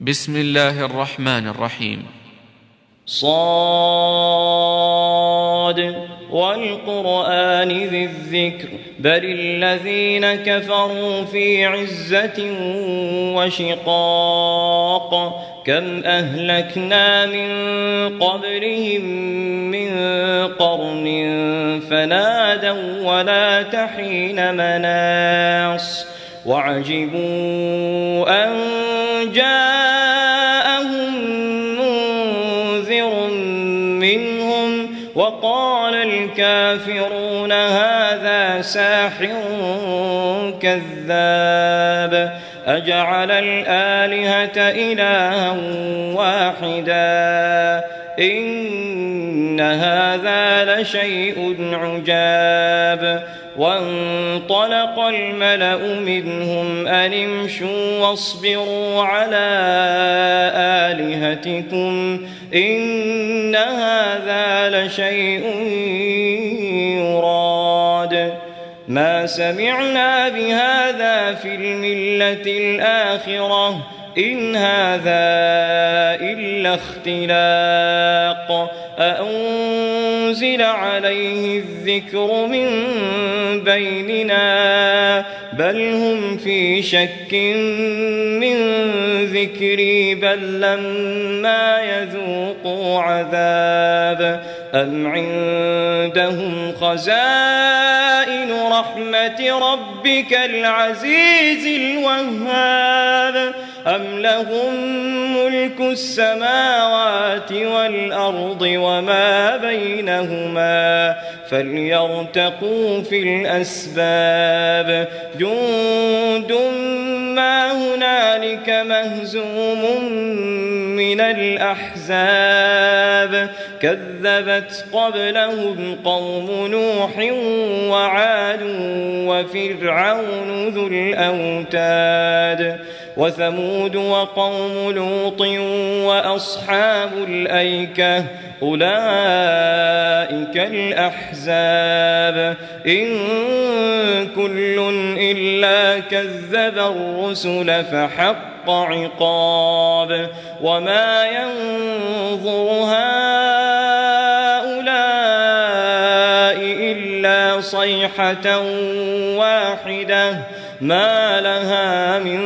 بسم الله الرحمن الرحيم. صاد والقرآن ذي الذكر بل الذين كفروا في عزة وشقاق كم أهلكنا من قبلهم من قرن فنادوا ولا تحين مناص وعجبوا أن جاءهم منذر منهم وقال الكافرون هذا ساحر كذاب أجعل الآلهة إلها واحدا إن هذا لشيء عجاب وانطلق الملأ منهم أن امشوا واصبروا على آلهتكم إن هذا لشيء يراد ما سمعنا بهذا في الملة الآخرة إن هذا إلا اختلاق أأنزل عليه الذكر من بيننا بل هم في شك من ذكري بل لما يذوقوا عذاب أم عندهم خزائن رحمة ربك العزيز الوهاب أم لهم ملك السماوات والأرض وما بينهما فليرتقوا في الأسباب جند ما هنالك مهزوم من الأحزاب كذبت قبلهم قوم نوح وعاد وفرعون ذو الأوتاد وثمود وقوم لوط وأصحاب الأيكة أولئك الأحزاب إن كل إلا كذب الرسل فحق عقاب وما ينظر هؤلاء إلا صيحة واحدة ما لها من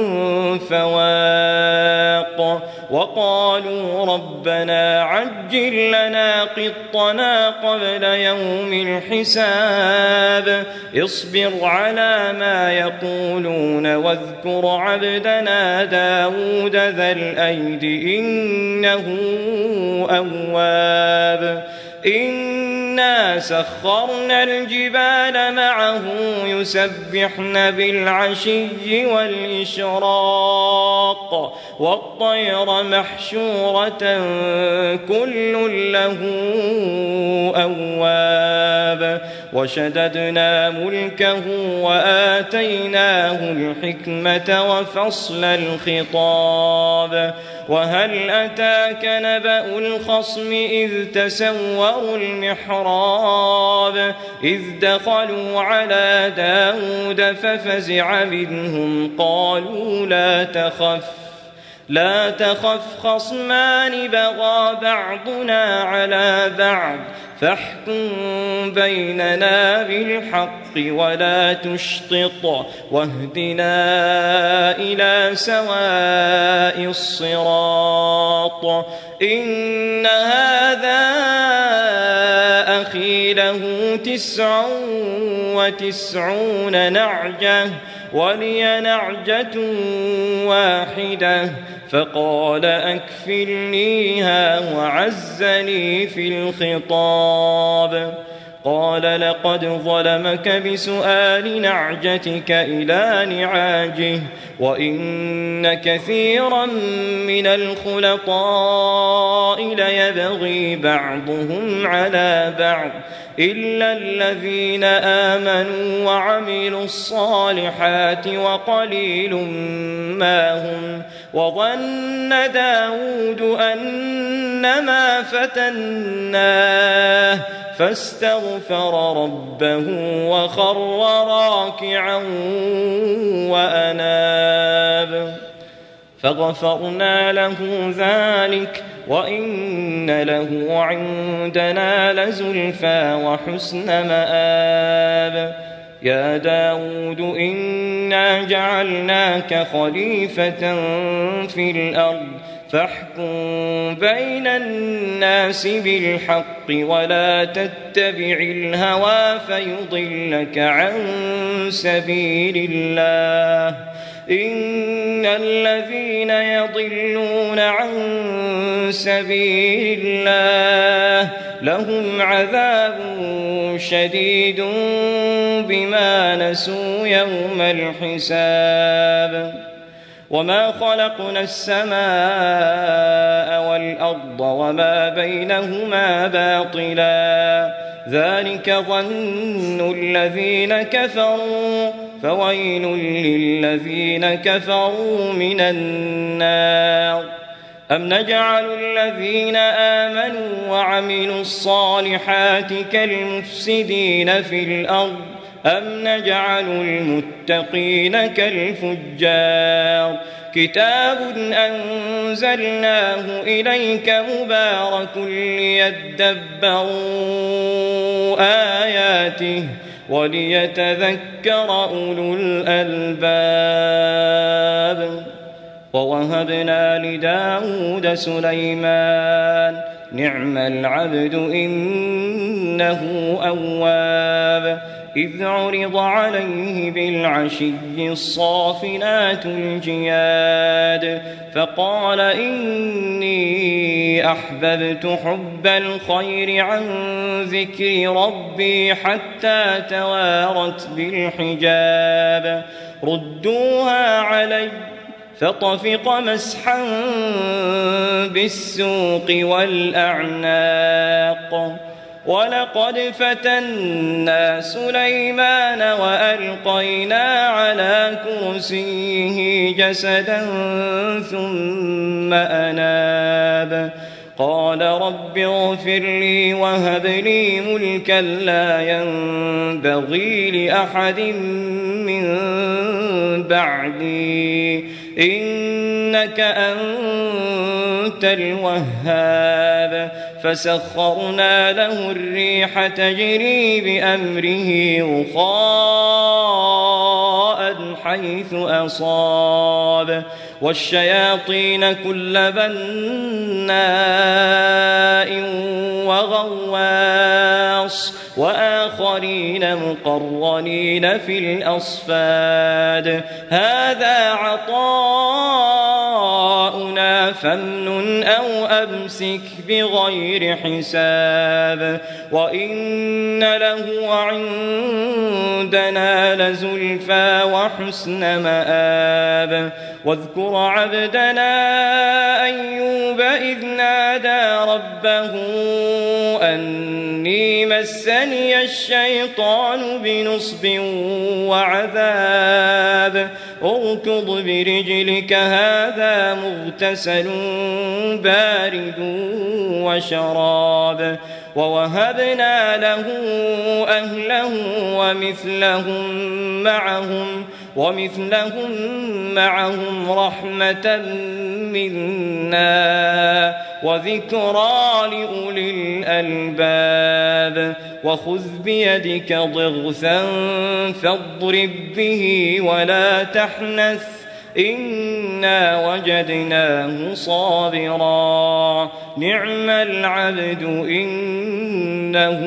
فواق وقالوا ربنا عجل لنا قطنا قبل يوم الحساب اصبر على ما يقولون واذكر عبدنا داود ذا الأيد إنه أواب إنا سخرنا الجبال معه يسبحن بالعشي والإشراق والطير محشورة كل له أواب وشددنا ملكه وآتيناه الحكمة وفصل الخطاب وهل أتاك نبأ الخصم إذ تسوروا المحراب إذ دخلوا على داود ففزع منهم قالوا لا تخف خصمان بغى بعضنا على بعض فاحكم بيننا بالحق ولا تشطط واهدنا إلى سواء الصراط إن هذا أخي له 99 نعجة ولي نعجة واحدة فقال أكفلنيها وعزني في الخطاب قال لقد ظلمك بسؤال نعجتك إلى نعاجه وإن كثيرا من الخلطاء ليبغي بعضهم على بعض إلا الذين آمنوا وعملوا الصالحات وقليل ما هم وظن داود أنما فتناه فاستغفر ربه وخر راكعا وأناب فغفرنا له ذلك وإن له عندنا لزلفى وحسن مآب يا داود إنا جعلناك خليفة في الأرض فاحكم بين الناس بالحق ولا تتبع الهوى فيضلك عن سبيل الله إن الذين يضلون عن سبيل الله لهم عذاب شديد بما نسوا يوم الحساب وما خلقنا السماء والأرض وما بينهما باطلا ذلك ظن الذين كفروا فويل للذين كفروا من النار أم نجعل الذين آمنوا وعملوا الصالحات كالمفسدين في الأرض أم نجعل المتقين كالفجار كتاب أنزلناه إليك مبارك ليدبروا آياته وليتذكر أولو الألباب ووهبنا لداود سليمان نعم العبد إنه أواب إذ عرض عليه بالعشي الصافنات الجياد فقال إني أحببت حب الخير عن ذكر ربي حتى توارت بالحجاب ردوها علي فطفق مسحا بالسوق والأعناق ولقد فتنا سليمان وألقينا على كرسيه جسدا ثم أناب قال رب اغفر لي وهب لي ملكا لا ينبغي لأحد من بعدي إنك أنت الوهاب فسخرنا له الريح تجري بأمره رخاء حيث أصاب والشياطين كل بناء وغواص وآخرين مقرنين في الأصفاد هذا عطاؤنا فامنن أو أمسك بغير حساب وإن له عندنا لزلفى وحسن مآب واذكر عبدنا أيوب إذ نادى ربه أني مسني الشيطان بنصب وعذاب اركض برجلك هذا مغتسل بارد وشراب ووهبنا له أهله ومثلهم معهم رحمة منا وذكرى لأولي الألباب وخذ بيدك ضغثا فاضرب به ولا تحنث إنا وجدناه صابرا نعم العبد إنه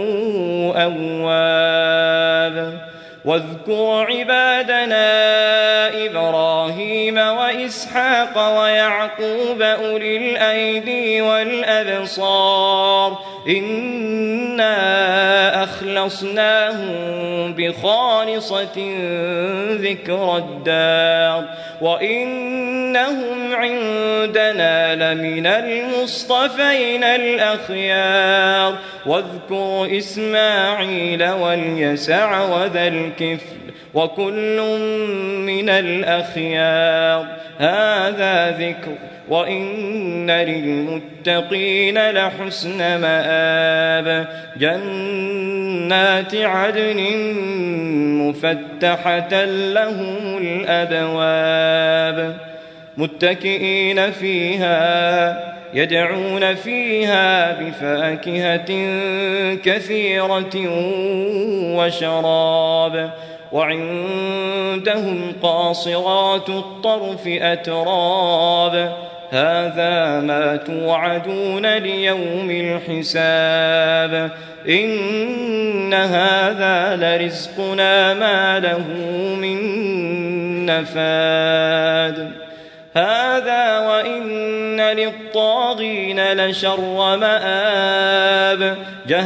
أواب واذكر عبادنا إبراهيم وإسحاق ويعقوب أولي الأيدي والأبصار إنا أخلصناهم بخالصة ذكر الدار وإنهم عندنا لمن المصطفين الأخيار واذكر إسماعيل واليسع وذا الكفل وكل من الأخيار هذا ذكر وإن للمتقين لحسن مآب جنات عدن مفتحة لهم الأبواب متكئين فيها يدعون فيها بفاكهة كثيرة وشراب وعندهم قاصرات الطرف أتراب هذا ما توعدون ليوم الحساب إن هذا لرزقنا ما له من نفاد هذا وإن للطاغين لشر مآب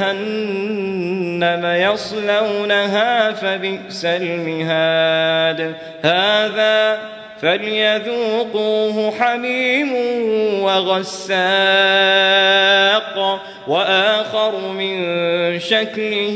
جهنم يصلونها فبئس المهاد هذا فليذوقوه حميم وغساق وآخر من شكله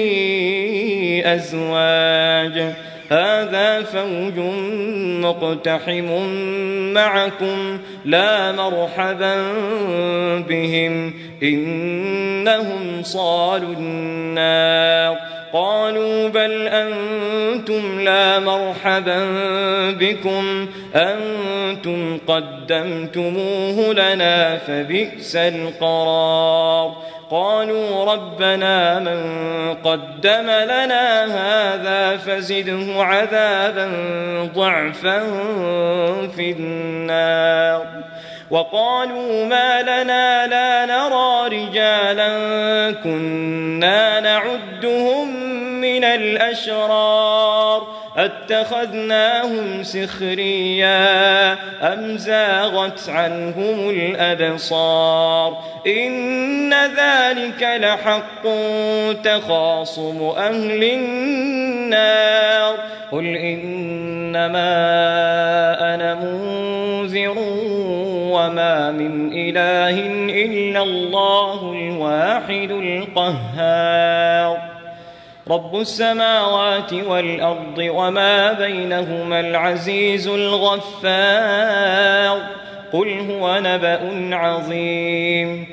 أزواج هذا فوج مقتحم معكم لا مرحبا بهم إنهم صالوا النار قالوا بل أنتم لا مرحبا بكم أنتم قدمتموه لنا فبئس القرار قالوا ربنا من قدم لنا هذا فزده عذابا ضعفا في النار وقالوا ما لنا لا نرى رجالا كنا نعدهم من الأشرار اتخذناهم سخريا أم زاغت عنهم الأبصار إن ذلك لحق تخاصم أهل النار قل إنما أنا منذر وما من إله إلا الله الواحد القهار رب السماوات والأرض وما بينهما العزيز الغفار قل هو نبأ عظيم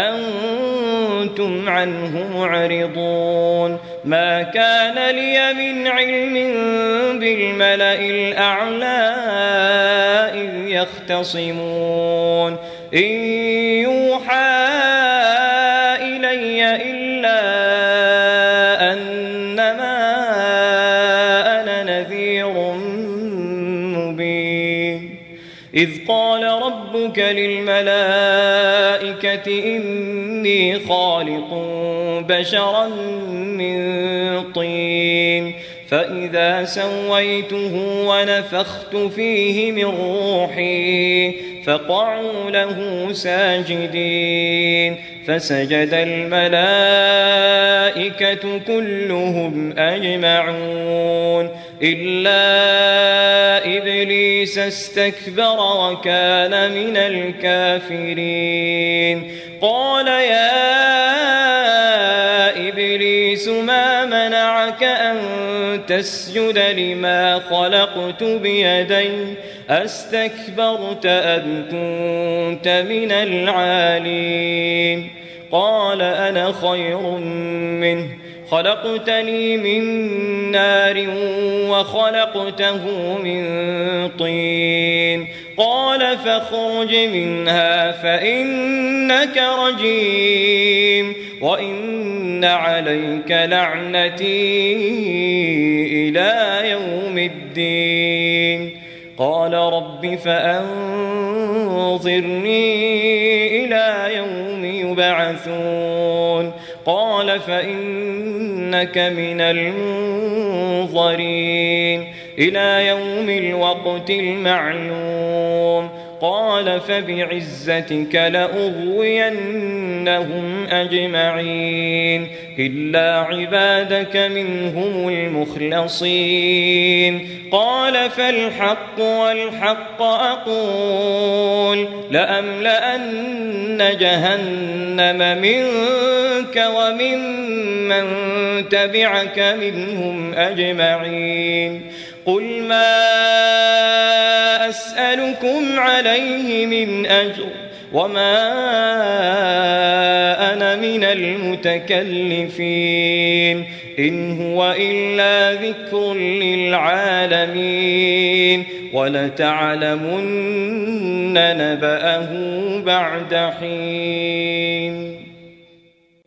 أنتم عنه معرضون ما كان لي من علم بالملأ الأعلى إذ يختصمون إن يوحى إلي إلا أنما أنا نذير مبين إذ قال ربك للملائكة إني خالق بشرا من طين فإذا سويته ونفخت فيه من روحي فقعوا له ساجدين فسجد الملائكة كلهم أجمعون إلا إبليس استكبر وكان من الكافرين قال يا إبليس ما منعك أن تسجد لما خلقت بيدي أستكبرت أم كنت من العالين قال أنا خير منه خلقتني من نار وخلقته من طين قال فاخرج منها فإنك رجيم وإن عليك لعنتي إلى يوم الدين قال رب فأنظرني إلى يوم يبعثون قال فإنك من المنظرين إلى يوم الوقت المعلوم قال فبعزتك لأغوينهم أجمعين إلا عبادك منهم المخلصين قال فالحق والحق أقول لأملأن جهنم منك وممن تبعك منهم أجمعين قل ما أسألكم عليه من أجر وما أنا من المتكلفين إن هو إلا ذكر للعالمين ولتعلمن نبأه بعد حين.